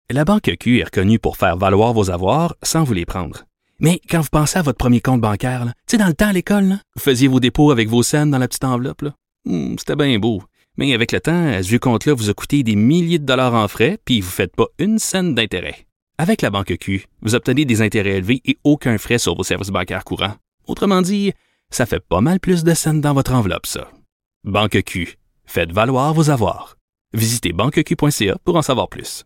La Banque Q est reconnue pour faire valoir vos avoirs sans vous les prendre. Mais quand vous pensez à votre premier compte bancaire, tu sais, dans le temps à l'école, là, vous faisiez vos dépôts avec vos scènes dans la petite enveloppe. Là. C'était bien beau. Mais avec le temps, ce vieux compte-là vous a coûté des milliers de dollars en frais, puis vous ne faites pas une scène d'intérêt. Avec la Banque Q, vous obtenez des intérêts élevés et aucun frais sur vos services bancaires courants. Autrement dit, ça fait pas mal plus de scènes dans votre enveloppe, ça. Banque Q. Faites valoir vos avoirs. Visitez banqueq.ca pour en savoir plus.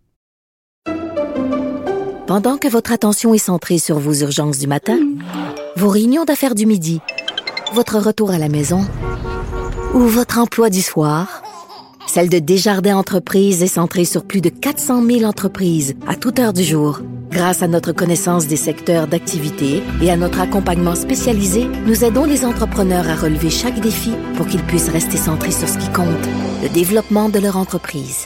Pendant que votre attention est centrée sur vos urgences du matin, vos réunions d'affaires du midi, votre retour à la maison ou votre emploi du soir, celle de Desjardins Entreprises est centrée sur plus de 400 000 entreprises à toute heure du jour. Grâce à notre connaissance des secteurs d'activité et à notre accompagnement spécialisé, nous aidons les entrepreneurs à relever chaque défi pour qu'ils puissent rester centrés sur ce qui compte, le développement de leur entreprise.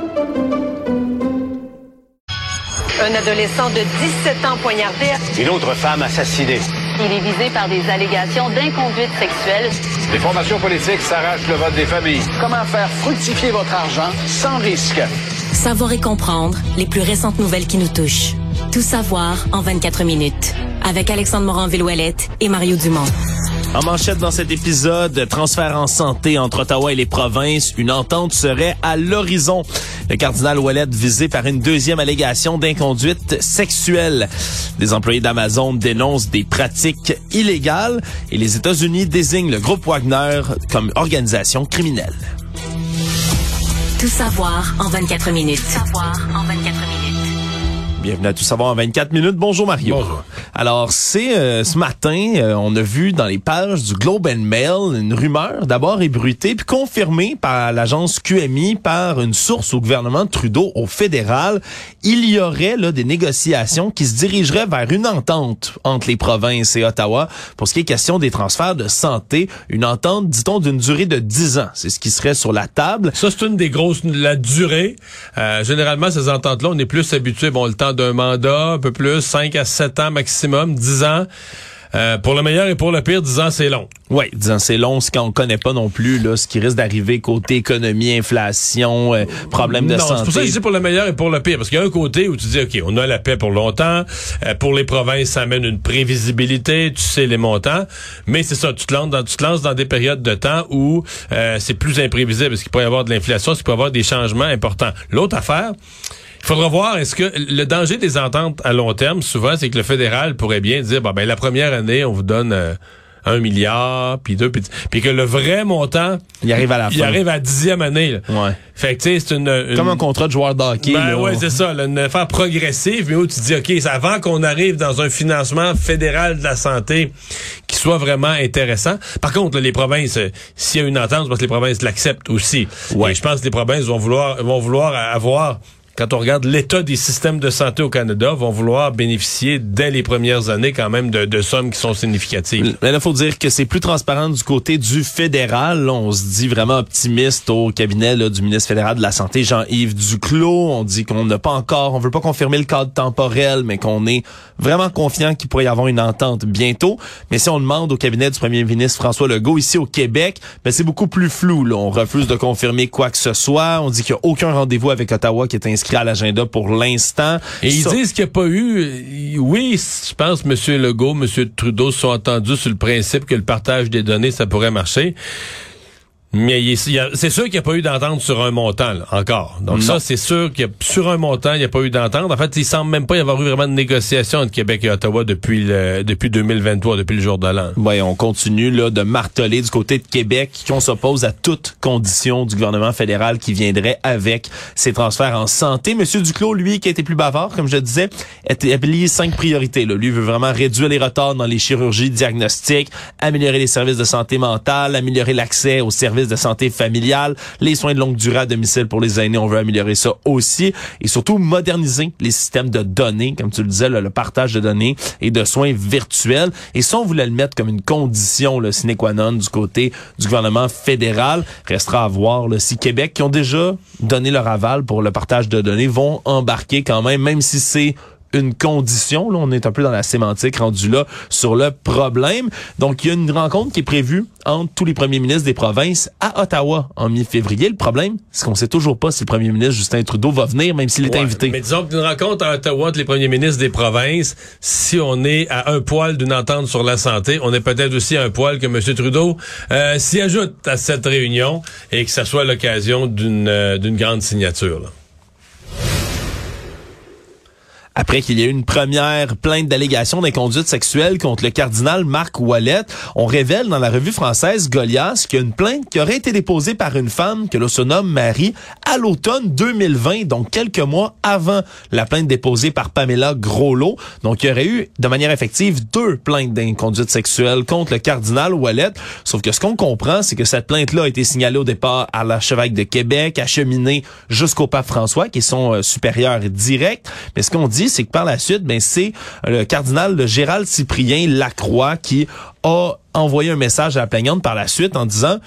Un adolescent de 17 ans poignardé. Une autre femme assassinée. Il est visé par des allégations d'inconduite sexuelle. Les formations politiques s'arrachent le vote des familles. Comment faire fructifier votre argent sans risque? Savoir et comprendre les plus récentes nouvelles qui nous touchent. Tout savoir en 24 minutes. Avec Alexandre Morin-Villouellette et Mario Dumont. En manchette dans cet épisode, transfert en santé entre Ottawa et les provinces, une entente serait à l'horizon. Le cardinal Ouellette visé par une deuxième allégation d'inconduite sexuelle. Des employés d'Amazon dénoncent des pratiques illégales et les États-Unis désignent le groupe Wagner comme organisation criminelle. Tout savoir en 24 minutes. Tout savoir en 24 minutes. Bienvenue à Tout savoir en 24 minutes. Bonjour Mario. Bonjour. Alors, ce matin, on a vu dans les pages du Globe and Mail une rumeur d'abord ébruitée puis confirmée par l'agence QMI par une source au gouvernement de Trudeau au fédéral. Il y aurait là des négociations qui se dirigeraient vers une entente entre les provinces et Ottawa pour ce qui est question des transferts de santé. Une entente, dit-on, d'une durée de 10 ans. C'est ce qui serait sur la table. Ça, c'est une des grosses... La durée, généralement, ces ententes-là, on est plus habitué, le temps d'un mandat, un peu plus, 5 à 7 ans maximum, 10 ans. Pour le meilleur et pour le pire, 10 ans, c'est long. Oui, 10 ans, c'est long, ce qu'on connaît pas non plus, là, ce qui risque d'arriver côté économie, inflation, problème de santé. Non, c'est pour ça que je dis pour le meilleur et pour le pire. Parce qu'il y a un côté où tu dis, OK, on a la paix pour longtemps. Pour les provinces, ça amène une prévisibilité, tu sais les montants. Mais c'est ça, tu te lances dans des périodes de temps où c'est plus imprévisible, parce qu'il pourrait y avoir de l'inflation, parce qu'il pourrait y avoir des changements importants. L'autre affaire... Il faudra voir, est-ce que le danger des ententes à long terme, souvent, c'est que le fédéral pourrait bien dire, la première année, on vous donne 1 milliard, puis 2, puis que le vrai montant, il arrive à la fin. Il arrive à la 10e année. Là. Ouais. Fait que tu sais, c'est une comme un contrat de joueur de hockey. Ouais, c'est ça, là, une affaire progressive, mais où tu te dis, OK, c'est avant qu'on arrive dans un financement fédéral de la santé qui soit vraiment intéressant. Par contre, là, les provinces, s'il y a une entente, c'est parce que les provinces l'acceptent aussi. Ouais. Et je pense que les provinces vont vouloir avoir... Quand on regarde l'état des systèmes de santé au Canada, vont vouloir bénéficier dès les premières années quand même de sommes qui sont significatives. Mais là, faut dire que c'est plus transparent du côté du fédéral. Là, on se dit vraiment optimiste au cabinet là, du ministre fédéral de la Santé, Jean-Yves Duclos. On dit qu'on n'a pas encore, on veut pas confirmer le cadre temporel, mais qu'on est vraiment confiant qu'il pourrait y avoir une entente bientôt. Mais si on demande au cabinet du premier ministre François Legault ici au Québec, c'est beaucoup plus flou. Là. On refuse de confirmer quoi que ce soit. On dit qu'il n'y a aucun rendez-vous avec Ottawa qui est inscrit à l'agenda pour l'instant. Et ils disent qu'il n'y a pas eu... Oui, je pense que M. Legault, M. Trudeau se sont entendus sur le principe que le partage des données, ça pourrait marcher. Mais c'est sûr qu'il n'y a pas eu d'entente sur un montant, là, encore. Donc ça, c'est sûr qu'il y a sur un montant, il n'y a pas eu d'entente. En fait, il semble même pas y avoir eu vraiment de négociation entre Québec et Ottawa depuis 2023, depuis le jour de l'an. Ouais, on continue là de marteler du côté de Québec qu'on s'oppose à toute condition du gouvernement fédéral qui viendrait avec ces transferts en santé. Monsieur Duclos, lui, qui a été plus bavard, comme je disais, a établi 5 priorités. Là. Lui veut vraiment réduire les retards dans les chirurgies diagnostiques, améliorer les services de santé mentale, améliorer l'accès aux services de santé familiale, les soins de longue durée à domicile pour les aînés, on veut améliorer ça aussi, et surtout moderniser les systèmes de données, comme tu le disais, là, le partage de données et de soins virtuels. Et ça, on voulait le mettre comme une condition là, sine qua non du côté du gouvernement fédéral. Restera à voir là, si Québec, qui ont déjà donné leur aval pour le partage de données, vont embarquer quand même si c'est une condition. Là, on est un peu dans la sémantique rendu là sur le problème. Donc, il y a une rencontre qui est prévue entre tous les premiers ministres des provinces à Ottawa en mi-février. Le problème, c'est qu'on sait toujours pas si le premier ministre Justin Trudeau va venir, même s'il est invité. Mais disons qu'une rencontre à Ottawa entre les premiers ministres des provinces, si on est à un poil d'une entente sur la santé, on est peut-être aussi à un poil que M. Trudeau s'y ajoute à cette réunion et que ça soit l'occasion d'une grande signature, là. Après qu'il y ait eu une première plainte d'allégation d'inconduite sexuelle contre le cardinal Marc Ouellette, on révèle dans la revue française Goliath qu'il y a une plainte qui aurait été déposée par une femme que l'on se nomme Marie à l'automne 2020, donc quelques mois avant la plainte déposée par Pamela Groslot. Donc il y aurait eu de manière effective 2 plaintes d'inconduite sexuelle contre le cardinal Ouellette. Sauf que ce qu'on comprend, c'est que cette plainte-là a été signalée au départ à l'archevêque de Québec, acheminée jusqu'au pape François, qui est son supérieur direct. Mais ce qu'on dit, c'est que par la suite, c'est le cardinal Gérald Cyprien Lacroix qui a envoyé un message à la plaignante par la suite en disant,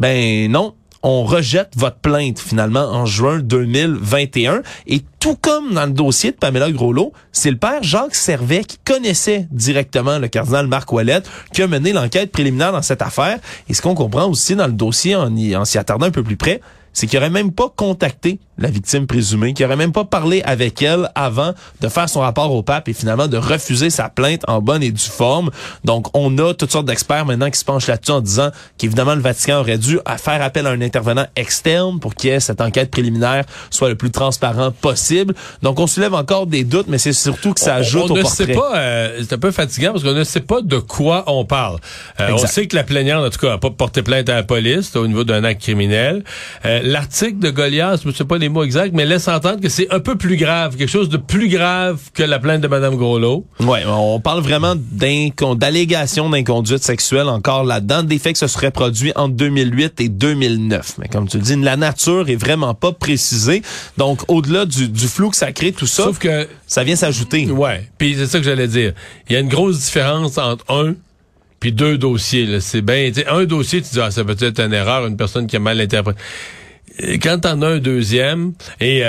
non, on rejette votre plainte finalement en juin 2021. Et tout comme dans le dossier de Pamela Groslot, c'est le père Jacques Servet qui connaissait directement le cardinal Marc Ouellette qui a mené l'enquête préliminaire dans cette affaire. Et ce qu'on comprend aussi dans le dossier, en s'y attardant un peu plus près, c'est qu'il aurait même pas contacté la victime présumée, qu'il aurait même pas parlé avec elle avant de faire son rapport au pape et finalement de refuser sa plainte en bonne et due forme. Donc, on a toutes sortes d'experts maintenant qui se penchent là-dessus en disant qu'évidemment, le Vatican aurait dû faire appel à un intervenant externe pour qu'il y ait cette enquête préliminaire soit le plus transparent possible. Donc, on soulève encore des doutes, mais c'est surtout que ça ajoute au portrait. On ne sait pas, c'est un peu fatigant parce qu'on ne sait pas de quoi on parle. On sait que la plaignante, en tout cas, n'a pas porté plainte à la police au niveau d'un acte criminel. L'article de Goliath, je ne sais pas les mots exacts, mais laisse entendre que c'est un peu plus grave, quelque chose de plus grave que la plainte de Mme Groslot. Ouais, on parle vraiment d'allégations d'inconduite sexuelle encore là-dedans, des faits que se seraient produits entre 2008 et 2009. Mais comme tu le dis, la nature est vraiment pas précisée. Donc, au-delà du flou que ça crée, tout ça, sauf que ça vient s'ajouter. Ouais, puis c'est ça que j'allais dire. Il y a une grosse différence entre puis 2 dossiers. Là. C'est bien, un dossier, tu dis, ça peut être une erreur, une personne qui a mal interprété. Quand t'en as un deuxième, et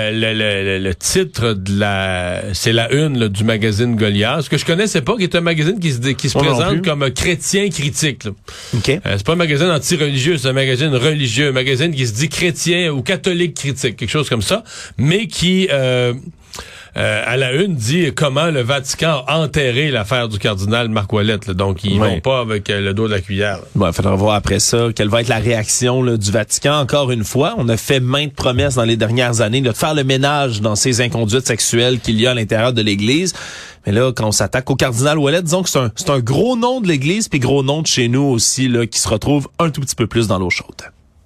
le titre c'est la une là, du magazine Goliath, ce que je connaissais pas, qui est un magazine qui se présente comme chrétien critique. Là. Okay. C'est pas un magazine anti-religieux, c'est un magazine religieux, un magazine qui se dit chrétien ou catholique critique, quelque chose comme ça, mais qui à la une dit comment le Vatican a enterré l'affaire du cardinal Marc Ouellette. Là. Donc, ils vont pas avec le dos de la cuillère. Il faudra voir après ça quelle va être la réaction là, du Vatican. Encore une fois, on a fait maintes promesses dans les dernières années de faire le ménage dans ces inconduites sexuelles qu'il y a à l'intérieur de l'Église. Mais là, quand on s'attaque au cardinal Ouellette, disons que c'est un gros nom de l'Église puis gros nom de chez nous aussi là, qui se retrouve un tout petit peu plus dans l'eau chaude.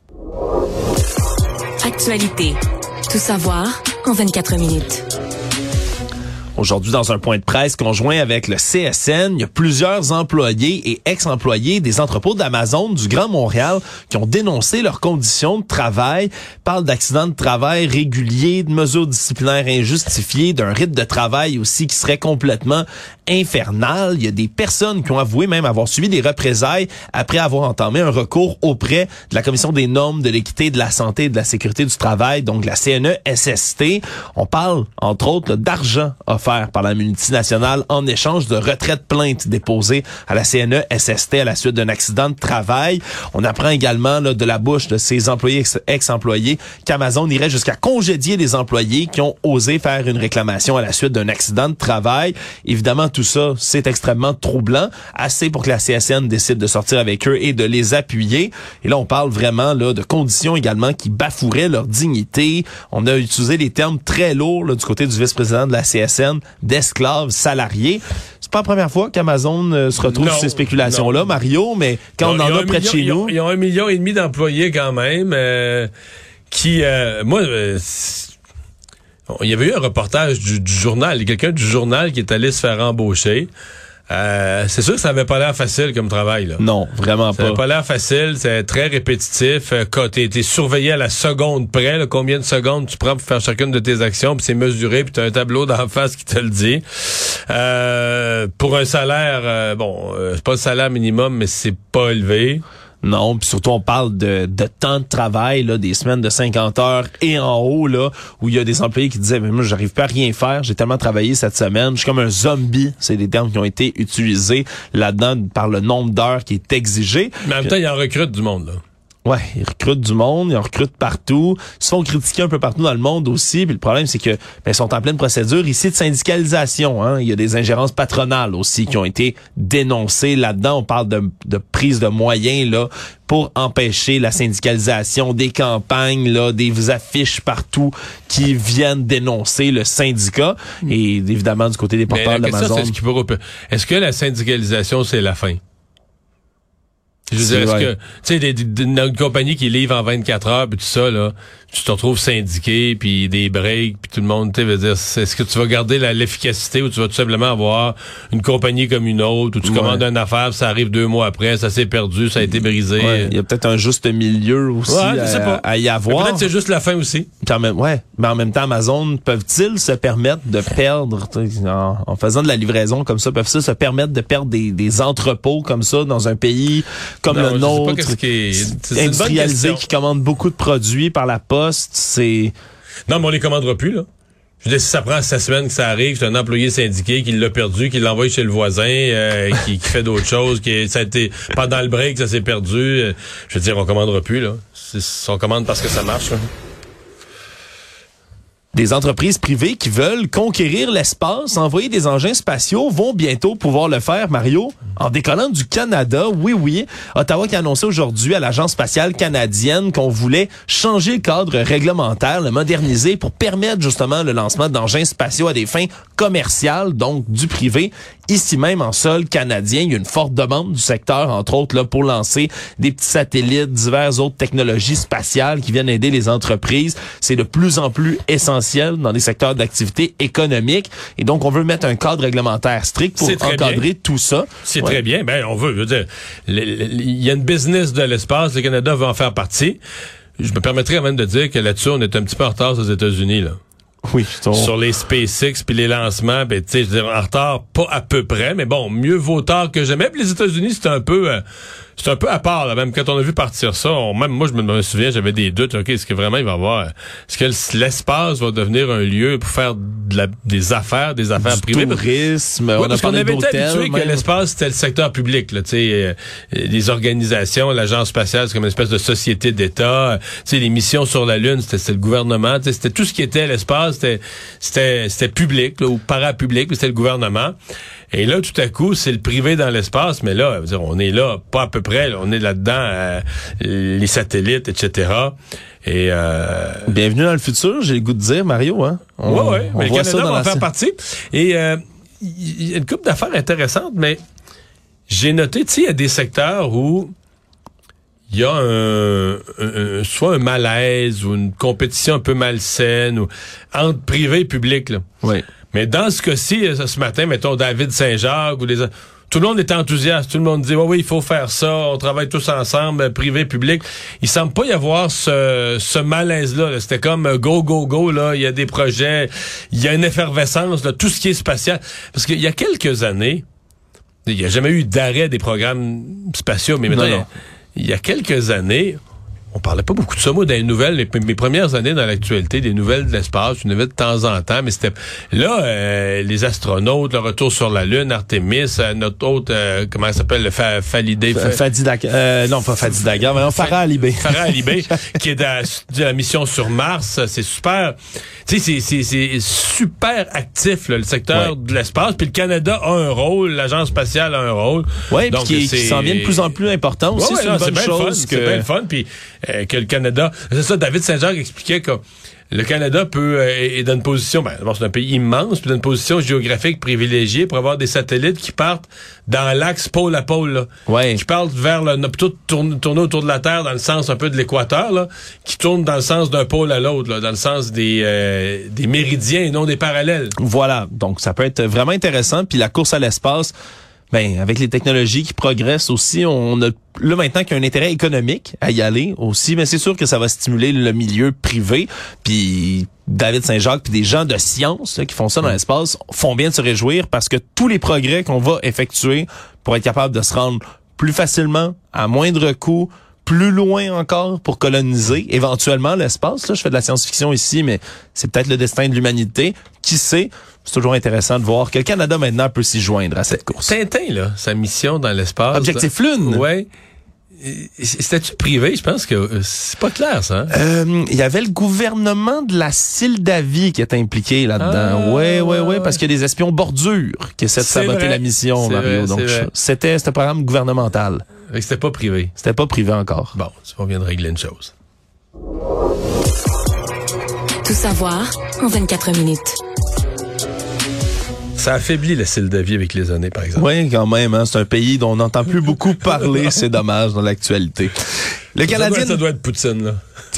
Actualité. Tout savoir en 24 minutes. Aujourd'hui, dans un point de presse conjoint avec le CSN, il y a plusieurs employés et ex-employés des entrepôts d'Amazon du Grand Montréal qui ont dénoncé leurs conditions de travail, parlent d'accidents de travail réguliers, de mesures disciplinaires injustifiées, d'un rythme de travail aussi qui serait complètement infernal. Il y a des personnes qui ont avoué même avoir subi des représailles après avoir entamé un recours auprès de la Commission des normes de l'équité, de la santé et de la sécurité du travail, donc la CNESST. On parle, entre autres, là, d'argent offert par la multinationale en échange de retrait de plainte déposée à la CNESST à la suite d'un accident de travail. On apprend également là, de la bouche de ces employés ex-employés qu'Amazon irait jusqu'à congédier les employés qui ont osé faire une réclamation à la suite d'un accident de travail. Évidemment, tout ça, c'est extrêmement troublant. Assez pour que la CSN décide de sortir avec eux et de les appuyer. Et là, on parle vraiment là de conditions également qui bafoueraient leur dignité. On a utilisé des termes très lourds là, du côté du vice-président de la CSN, d'esclaves salariés. C'est pas la première fois qu'Amazon se retrouve sur ces spéculations-là, Mario, mais quand on en a près de chez nous... Ils ont 1,5 million d'employés quand même, qui... il y avait eu un reportage du journal, il y a quelqu'un du journal qui est allé se faire embaucher. C'est sûr que ça avait pas l'air facile comme travail, là. Non, vraiment pas. Ça avait pas l'air facile, c'est très répétitif. Quand t'es surveillé à la seconde près, là, combien de secondes tu prends pour faire chacune de tes actions, puis c'est mesuré, puis t'as un tableau d'en face qui te le dit. Pour un salaire, c'est pas le salaire minimum, mais c'est pas élevé. Non, puis surtout on parle de temps de travail, là, des semaines de 50 heures et en haut, là, où il y a des employés qui disaient, mais moi j'arrive pas à rien faire, j'ai tellement travaillé cette semaine, je suis comme un zombie. C'est des termes qui ont été utilisés là-dedans par le nombre d'heures qui est exigé. Mais en même temps, il en recrute du monde, là. Ouais, ils recrutent du monde, ils en recrutent partout. Ils se font critiquer un peu partout dans le monde aussi. Puis le problème, c'est que ils sont en pleine procédure ici de syndicalisation. Hein. Il y a des ingérences patronales aussi qui ont été dénoncées là-dedans. On parle de prise de moyens là pour empêcher la syndicalisation, des campagnes, là, des affiches partout qui viennent dénoncer le syndicat. Et évidemment, du côté des porteurs d'Amazon. Est-ce que la syndicalisation, c'est la fin? Je veux dire, est-ce que, tu sais, une compagnie qui livre en 24 heures, puis tout ça, là, tu te retrouves syndiqué, puis des breaks, puis tout le monde, tu sais, veut dire, est-ce que tu vas garder l'efficacité ou tu vas tout simplement avoir une compagnie comme une autre, où tu commandes une affaire, ça arrive 2 mois après, ça s'est perdu, ça a été brisé. Ouais, il y a peut-être un juste milieu aussi à y avoir. Peut-être c'est juste la fin aussi. Mais en même temps, Amazon, peuvent-ils se permettre de perdre, en faisant de la livraison comme ça, peuvent-ils se permettre de perdre des entrepôts comme ça dans un pays comme le nôtre, industrialisé, qui commande beaucoup de produits par la poste, c'est... Non, mais on les commandera plus, là. Je veux dire, si ça prend 7 semaines que ça arrive, c'est un employé syndiqué qui l'a perdu, qui l'envoie chez le voisin, qui fait d'autres choses, ça a été pendant le break, ça s'est perdu. Je veux dire, on commandera plus, là. On commande parce que ça marche, là. Des entreprises privées qui veulent conquérir l'espace, envoyer des engins spatiaux, vont bientôt pouvoir le faire, Mario, en décollant du Canada. Oui. Ottawa qui a annoncé aujourd'hui à l'Agence spatiale canadienne qu'on voulait changer le cadre réglementaire, le moderniser pour permettre justement le lancement d'engins spatiaux à des fins commerciales, donc du privé. Ici même, en sol canadien, il y a une forte demande du secteur, entre autres, là, pour lancer des petits satellites, diverses autres technologies spatiales qui viennent aider les entreprises. C'est de plus en plus essentiel dans des secteurs d'activité économique. Et donc, on veut mettre un cadre réglementaire strict pour encadrer tout ça. C'est très bien. Ben, on veut. Je veux dire, il y a une business de l'espace. Le Canada veut en faire partie. Je me permettrais même de dire que là-dessus, on est un petit peu en retard aux États-Unis, là. Oui, sur les SpaceX puis les lancements, ben tu sais, je veux dire, en retard, pas à peu près, mais bon, mieux vaut tard que jamais. Puis les États-Unis, c'est un peu à part, là. Même quand on a vu partir ça, même moi, je me souviens, j'avais des doutes. Ok, est-ce que vraiment il va y avoir, est-ce que l'espace va devenir un lieu pour faire des affaires privées, tourisme, on avait été habitué que l'espace c'était le secteur public, là, tu sais, les organisations, l'agence spatiale, c'est comme une espèce de société d'État, tu sais, les missions sur la Lune, c'était le gouvernement, tu sais, c'était tout ce qui était l'espace, c'était public, là, ou parapublic, c'était le gouvernement. Et là, tout à coup, c'est le privé dans l'espace, mais là, on est là, pas à peu près, là, on est là-dedans, les satellites, etc. Et bienvenue dans le futur, j'ai le goût de dire, Mario, hein. Oui, mais le Canada va en faire partie. Et il y a une couple d'affaires intéressantes, mais j'ai noté, tu sais, il y a des secteurs où il y a soit un malaise ou une compétition un peu malsaine ou entre privé et public, là. Oui. Mais dans ce cas-ci, ce matin, mettons David Saint-Jacques ou tout le monde est enthousiaste, tout le monde dit oui, il faut faire ça, on travaille tous ensemble, privé, public. Il semble pas y avoir ce malaise-là. Là. C'était comme go, là, il y a des projets, il y a une effervescence, là, tout ce qui est spatial. Parce qu'il y a quelques années, il n'y a jamais eu d'arrêt des programmes spatiaux, mais maintenant, il y a quelques années, on parlait pas beaucoup de ça, moi, dans les nouvelles, mes premières années dans l'actualité, des nouvelles de l'espace, une nouvelle de temps en temps, mais c'était là, les astronautes, le retour sur la Lune, Artemis, notre autre, comment elle s'appelle, le Fadi Daguerre, mais Farah Alibé. Farah Alibé, qui est de la mission sur Mars, c'est super, tu sais, c'est super actif, là, le secteur de l'espace, puis le Canada a un rôle, l'agence spatiale a un rôle. Oui, puis qui s'en vient de plus en plus important aussi, c'est une bonne chose. C'est bien le fun, puis que le Canada... C'est ça, David Saint-Jacques expliquait que le Canada est dans une position... d'abord, c'est un pays immense, puis dans une position géographique privilégiée pour avoir des satellites qui partent dans l'axe pôle à pôle, là. Ouais. Qui partent vers plutôt tourner autour de la Terre dans le sens un peu de l'équateur, là, qui tournent dans le sens d'un pôle à l'autre, là, dans le sens des méridiens et non des parallèles. Voilà. Donc, ça peut être vraiment intéressant. Puis la course à l'espace... avec les technologies qui progressent aussi, on a là maintenant qu'il y a un intérêt économique à y aller aussi, mais c'est sûr que ça va stimuler le milieu privé. Puis David Saint-Jacques puis des gens de science là, qui font ça dans l'espace font bien de se réjouir parce que tous les progrès qu'on va effectuer pour être capable de se rendre plus facilement, à moindre coût, plus loin encore pour coloniser éventuellement l'espace. Là, je fais de la science-fiction ici, mais c'est peut-être le destin de l'humanité. Qui sait? C'est toujours intéressant de voir que le Canada maintenant peut s'y joindre à cette course. Tintin, là, sa mission dans l'espace. Objectif Lune. Ouais. C'était-tu privé? Je pense que c'est pas clair, ça. Hein? Il y avait le gouvernement de la Sildavie qui était impliqué là-dedans. Oui, parce qu'il y a des espions bordures qui essaient de saboter la mission, Mario. Donc, c'était un programme gouvernemental. C'était pas privé. C'était pas privé encore. Bon, on vient de régler une chose. Tout savoir en 24 minutes. Ça affaiblit la Sildavie avec les années, par exemple. Oui, quand même. Hein, c'est un pays dont on n'entend plus beaucoup parler. C'est dommage dans l'actualité. Le Canadien... Ça doit être Poutine, là.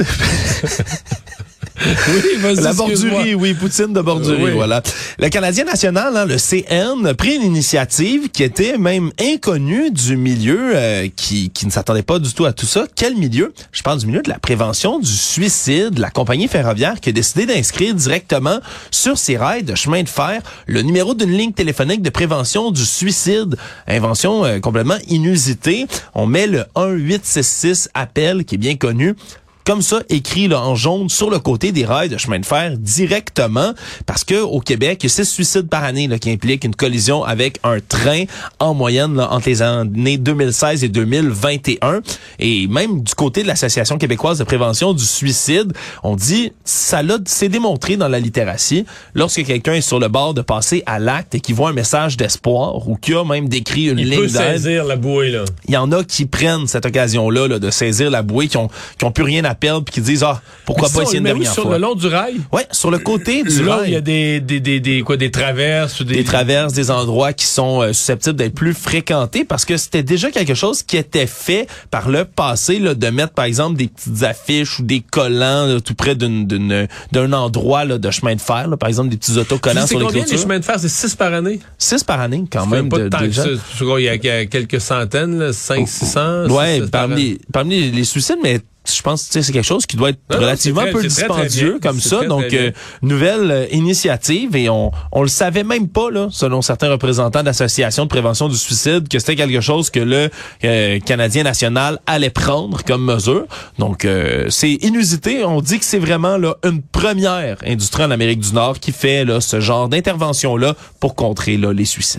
Oui, vas-y, la Bordurie, oui, Poutine de Bordurie, oui. Voilà. Le Canadien national, hein, le CN, a pris une initiative qui était même inconnue du milieu, qui ne s'attendait pas du tout à tout ça. Quel milieu? Je parle du milieu de la prévention du suicide. La compagnie ferroviaire qui a décidé d'inscrire directement sur ses rails de chemin de fer le numéro d'une ligne téléphonique de prévention du suicide. Invention complètement inusitée. On met le 1866 appel qui est bien connu. Comme ça, écrit là, en jaune sur le côté des rails de chemin de fer directement, parce que au Québec, il y a 6 suicides par année là, qui impliquent une collision avec un train en moyenne là, entre les années 2016 et 2021. Et même du côté de l'Association québécoise de prévention du suicide, on dit c'est démontré dans la littératie. Lorsque quelqu'un est sur le bord de passer à l'acte et qu'il voit un message d'espoir ou qu'il a même décrit une ligne d'aide, il peut saisir la bouée là. Il y en a qui prennent cette occasion-là là, de saisir la bouée, qui ont plus rien à perdre puis qui disent pourquoi pas essayer une dernière fois. Sur le long du rail? Ouais, sur le côté du là, rail. Il y a des traverses ou des traverses, des endroits qui sont susceptibles d'être plus fréquentés parce que c'était déjà quelque chose qui était fait par le passé là, de mettre par exemple des petites affiches ou des collants là, tout près d'un endroit là, de chemin de fer, là, par exemple des petits autocollants sur les clôtures. Les chemins de fer, c'est 6 par année? 6 par année quand même. Pas tant déjà. Que ça. Il y a quelques centaines, 500-600. Ouais, parmi les suicides, mais je pense que c'est quelque chose qui doit être relativement peu dispendieux comme ça. Donc, nouvelle initiative et on le savait même pas, là, selon certains représentants d'associations de prévention du suicide, que c'était quelque chose que le Canadien national allait prendre comme mesure. Donc, c'est inusité. On dit que c'est vraiment là une première industrie en Amérique du Nord qui fait là ce genre d'intervention-là pour contrer là les suicides.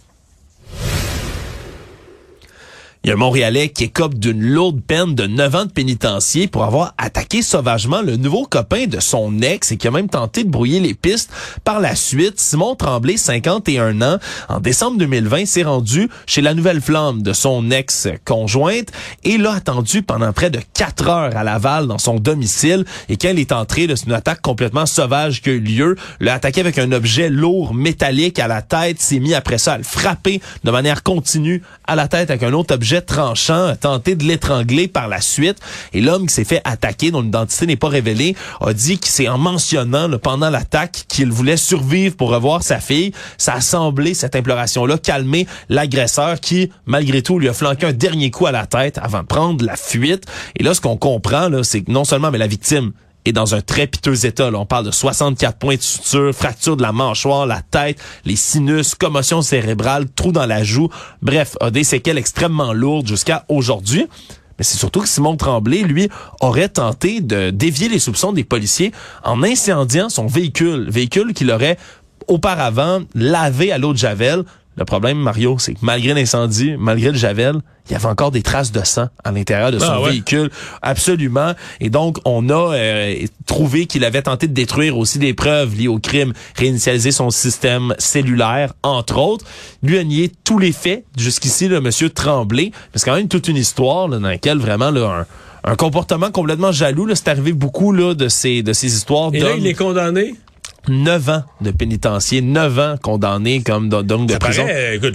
Il y a un Montréalais qui écope d'une lourde peine de 9 ans de pénitencier pour avoir attaqué sauvagement le nouveau copain de son ex et qui a même tenté de brouiller les pistes. Par la suite, Simon Tremblay, 51 ans, en décembre 2020, s'est rendu chez la Nouvelle Flamme de son ex-conjointe et l'a attendu pendant près de 4 heures à Laval dans son domicile. Et quand il est entré, c'est une attaque complètement sauvage qui a eu lieu. L'a attaqué avec un objet lourd, métallique à la tête, s'est mis après ça à le frapper de manière continue à la tête avec un autre objet tranchant, a tenté de l'étrangler par la suite. Et l'homme qui s'est fait attaquer, dont l'identité n'est pas révélée, a dit que c'est en mentionnant là, pendant l'attaque qu'il voulait survivre pour revoir sa fille. Ça a semblé, cette imploration-là, calmer l'agresseur qui, malgré tout, lui a flanqué un dernier coup à la tête avant de prendre la fuite. Et là, ce qu'on comprend, là, c'est que non seulement mais la victime est dans un très piteux état. Là, on parle de 64 points de suture, fracture de la mâchoire, la tête, les sinus, commotion cérébrale, trou dans la joue. Bref, a des séquelles extrêmement lourdes jusqu'à aujourd'hui. Mais c'est surtout que Simon Tremblay, lui, aurait tenté de dévier les soupçons des policiers en incendiant son véhicule qu'il aurait auparavant lavé à l'eau de Javel. Le problème, Mario, c'est que malgré l'incendie, malgré le Javel, il y avait encore des traces de sang à l'intérieur de son véhicule. Absolument. Et donc, on a trouvé qu'il avait tenté de détruire aussi des preuves liées au crime, réinitialiser son système cellulaire, entre autres. Lui a nié tous les faits jusqu'ici, le monsieur Tremblay. Mais c'est quand même toute une histoire là, dans laquelle vraiment là, un comportement complètement jaloux. Là, c'est arrivé beaucoup là, de ces histoires. Et là, il est condamné? 9 ans de pénitencier, 9 ans condamné comme d'homme de prison. Écoute,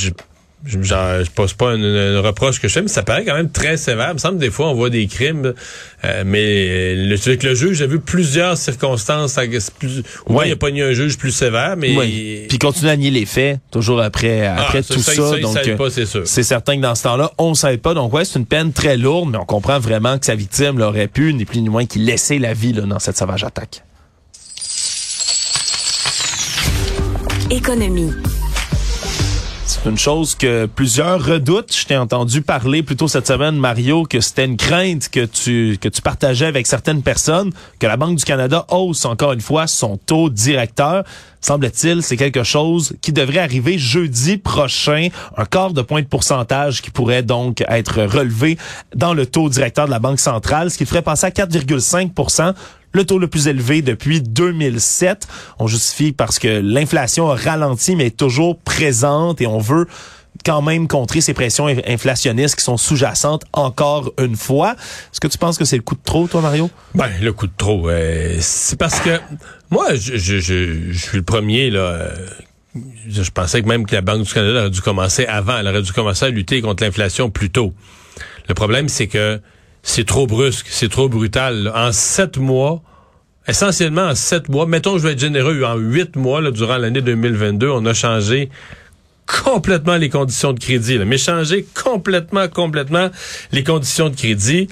je pose pas un reproche que je fais, mais ça paraît quand même très sévère. Il me semble que des fois, on voit des crimes, mais avec le juge, j'ai vu plusieurs circonstances où il a pas ni un juge plus sévère, mais... Oui. Puis continue à nier les faits, toujours après tout ça. Donc, pas, c'est sûr. C'est certain que dans ce temps-là, on ne savait pas. Donc, c'est une peine très lourde, mais on comprend vraiment que sa victime l'aurait pu, ni plus ni moins, qu'il laissait la vie là, dans cette sauvage attaque. Économie. C'est une chose que plusieurs redoutent. Je t'ai entendu parler plus tôt cette semaine, Mario, que c'était une crainte que tu partageais avec certaines personnes, que la Banque du Canada hausse encore une fois son taux directeur. Semble-t-il, c'est quelque chose qui devrait arriver jeudi prochain, un quart de point de pourcentage qui pourrait donc être relevé dans le taux directeur de la Banque centrale, ce qui ferait passer à 4,5%. Le taux le plus élevé depuis 2007. On justifie parce que l'inflation a ralenti, mais est toujours présente et on veut quand même contrer ces pressions inflationnistes qui sont sous-jacentes encore une fois. Est-ce que tu penses que c'est le coup de trop, toi, Mario? Ben, le coup de trop, c'est parce que moi, je suis le premier, là. Je pensais que même que la Banque du Canada aurait dû commencer avant. Elle aurait dû commencer à lutter contre l'inflation plus tôt. Le problème, c'est que c'est trop brusque, c'est trop brutal. Là. En 7 mois, essentiellement en 7 mois, mettons que je vais être généreux, en 8 mois, là, durant l'année 2022, on a changé complètement les conditions de crédit, là, mais changer complètement les conditions de crédit.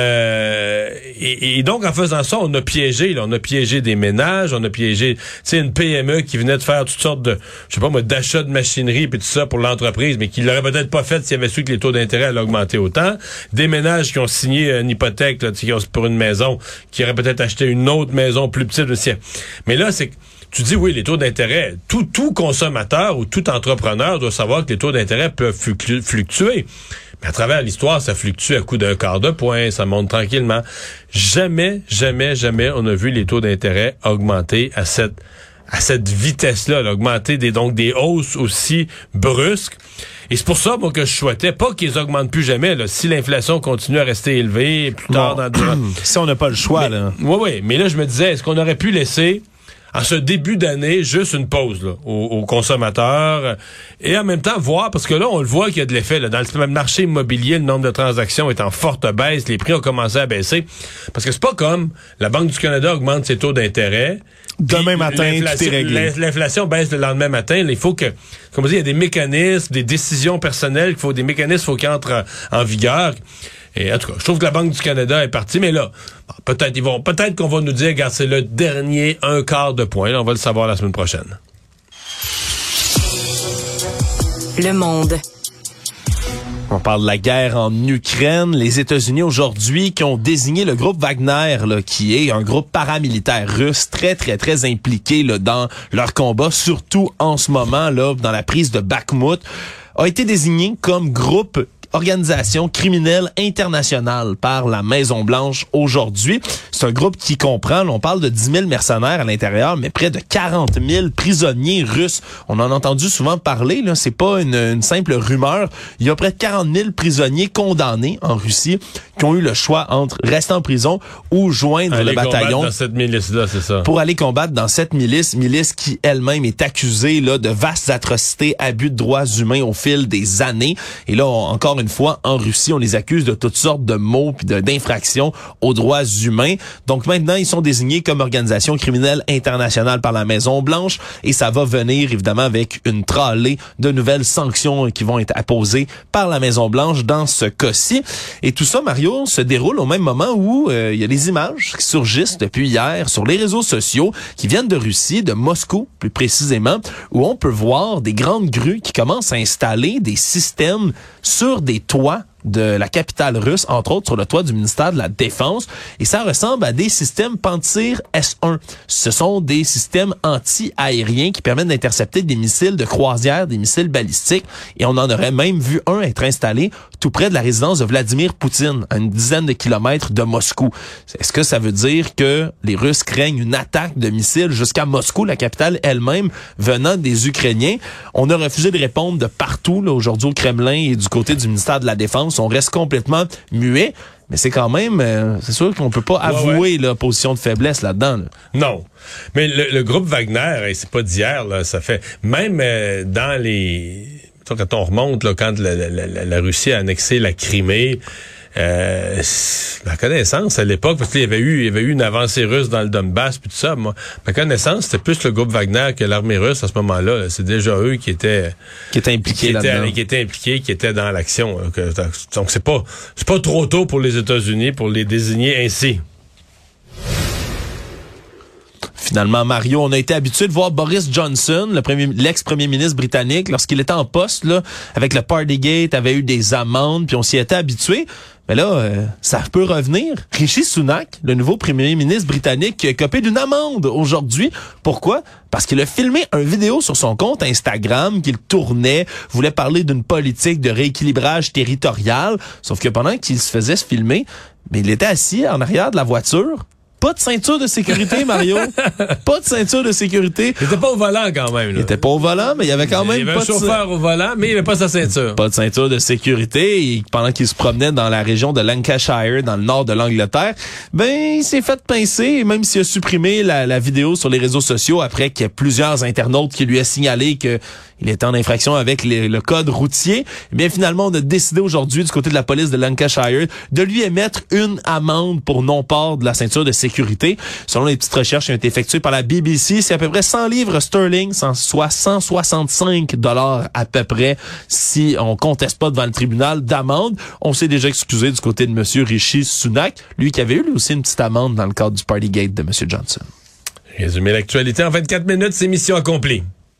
Et donc, en faisant ça, on a piégé des ménages, on a piégé, tu sais, une PME qui venait de faire toutes sortes de, je sais pas moi, d'achats de machinerie puis tout ça pour l'entreprise, mais qui l'aurait peut-être pas fait s'il avait su que les taux d'intérêt allaient augmenter autant. Des ménages qui ont signé une hypothèque, là, pour une maison, qui auraient peut-être acheté une autre maison plus petite aussi. Mais là, c'est tu dis, oui, les taux d'intérêt, tout consommateur ou tout entrepreneur doit savoir que les taux d'intérêt peuvent fluctuer. Mais à travers l'histoire, ça fluctue à coup d'un quart de point, ça monte tranquillement. Jamais on a vu les taux d'intérêt augmenter à cette vitesse-là, augmenter des hausses aussi brusques. Et c'est pour ça, moi, que je souhaitais pas qu'ils augmentent plus jamais, là. Si l'inflation continue à rester élevée, plus tard si on n'a pas le choix, là. Oui, mais là, je me disais, est-ce qu'on aurait pu laisser en ce début d'année, juste une pause là, aux consommateurs et en même temps voir, parce que là, on le voit qu'il y a de l'effet. Là, dans le marché immobilier, le nombre de transactions est en forte baisse, les prix ont commencé à baisser. Parce que c'est pas comme la Banque du Canada augmente ses taux d'intérêt. Demain matin, tout est réglé. L'inflation baisse le lendemain matin. Là, il faut que, comme on dit, il y a des mécanismes, des décisions personnelles, des mécanismes faut qu'ils entrent en vigueur. Et en tout cas, je trouve que la Banque du Canada est partie, mais là, peut-être qu'on va nous dire, regarde, c'est le dernier 1/4 de point. Là, on va le savoir la semaine prochaine. Le Monde. On parle de la guerre en Ukraine. Les États-Unis aujourd'hui qui ont désigné le groupe Wagner, là, qui est un groupe paramilitaire russe très impliqué là, dans leur combat, surtout en ce moment là dans la prise de Bakhmut, a été désigné comme groupe organisation criminelle internationale par la Maison-Blanche aujourd'hui. C'est un groupe qui comprend, on parle de 10 000 mercenaires à l'intérieur, mais près de 40 000 prisonniers russes. On en a entendu souvent parler, là, c'est pas une simple rumeur. Il y a près de 40 000 prisonniers condamnés en Russie qui ont eu le choix entre rester en prison ou joindre le bataillon dans cette milice-là, c'est ça. Pour aller combattre dans cette milice qui elle-même est accusée là de vastes atrocités, abus de droits humains au fil des années. Et là, encore une fois, en Russie, on les accuse de toutes sortes de maux puis d'infractions aux droits humains. Donc maintenant, ils sont désignés comme organisation criminelle internationale par la Maison-Blanche et ça va venir évidemment avec une tralée de nouvelles sanctions qui vont être apposées par la Maison-Blanche dans ce cas-ci. Et tout ça, Mario, se déroule au même moment où il y a des images qui surgissent depuis hier sur les réseaux sociaux qui viennent de Russie, de Moscou plus précisément, où on peut voir des grandes grues qui commencent à installer des systèmes sur des toits de la capitale russe, entre autres sur le toit du ministère de la Défense, et ça ressemble à des systèmes Pantsir S-1. Ce sont des systèmes anti-aériens qui permettent d'intercepter des missiles de croisière, des missiles balistiques, et on en aurait même vu un être installé tout près de la résidence de Vladimir Poutine, à une dizaine de kilomètres de Moscou. Est-ce que ça veut dire que les Russes craignent une attaque de missiles jusqu'à Moscou, la capitale elle-même, venant des Ukrainiens? On a refusé de répondre de partout, là, aujourd'hui au Kremlin et du côté du ministère de la Défense. On reste complètement muet, mais c'est quand même, c'est sûr qu'on peut pas avouer la position de faiblesse là-dedans. Là. Non, mais le groupe Wagner, et c'est pas d'hier, là, ça fait même dans les, quand on remonte là, quand la Russie a annexé la Crimée. Ma connaissance à l'époque, parce qu'il y avait eu une avancée russe dans le Donbass puis tout ça, moi, ma connaissance, c'était plus le groupe Wagner que l'armée russe à ce moment-là. Là. C'est déjà eux qui étaient impliqués là-dedans. Qui étaient dans l'action. Donc c'est pas trop tôt pour les États-Unis pour les désigner ainsi. Finalement, Mario, on a été habitué de voir Boris Johnson, l'ex-premier ministre britannique, lorsqu'il était en poste, là, avec le Partygate, avait eu des amendes, puis on s'y était habitué. Mais là, ça peut revenir. Rishi Sunak, le nouveau premier ministre britannique, qui a copé d'une amende aujourd'hui. Pourquoi? Parce qu'il a filmé une vidéo sur son compte Instagram qu'il tournait, voulait parler d'une politique de rééquilibrage territorial. Sauf que pendant qu'il se faisait se filmer, mais il était assis en arrière de la voiture. Pas de ceinture de sécurité, Mario. Pas de ceinture de sécurité. Il était pas au volant quand même. Là. Il était pas au volant, mais il y avait quand même il y avait un chauffeur au volant, mais il avait pas sa ceinture. Pas de ceinture de sécurité. Et pendant qu'il se promenait dans la région de Lancashire, dans le nord de l'Angleterre, il s'est fait pincer. Même s'il a supprimé la vidéo sur les réseaux sociaux après qu'il y ait plusieurs internautes qui lui a signalé que il était en infraction avec le code routier. Finalement, on a décidé aujourd'hui, du côté de la police de Lancashire, de lui émettre une amende pour non-port de la ceinture de sécurité. Selon les petites recherches qui ont été effectuées par la BBC, c'est à peu près 100 livres sterling, soit 165 $ à peu près, si on conteste pas devant le tribunal d'amende. On s'est déjà excusé du côté de monsieur Rishi Sunak, lui qui avait eu lui aussi une petite amende dans le cadre du Partygate de monsieur Johnson. Résumer l'actualité en 24 minutes, c'est mission accomplie.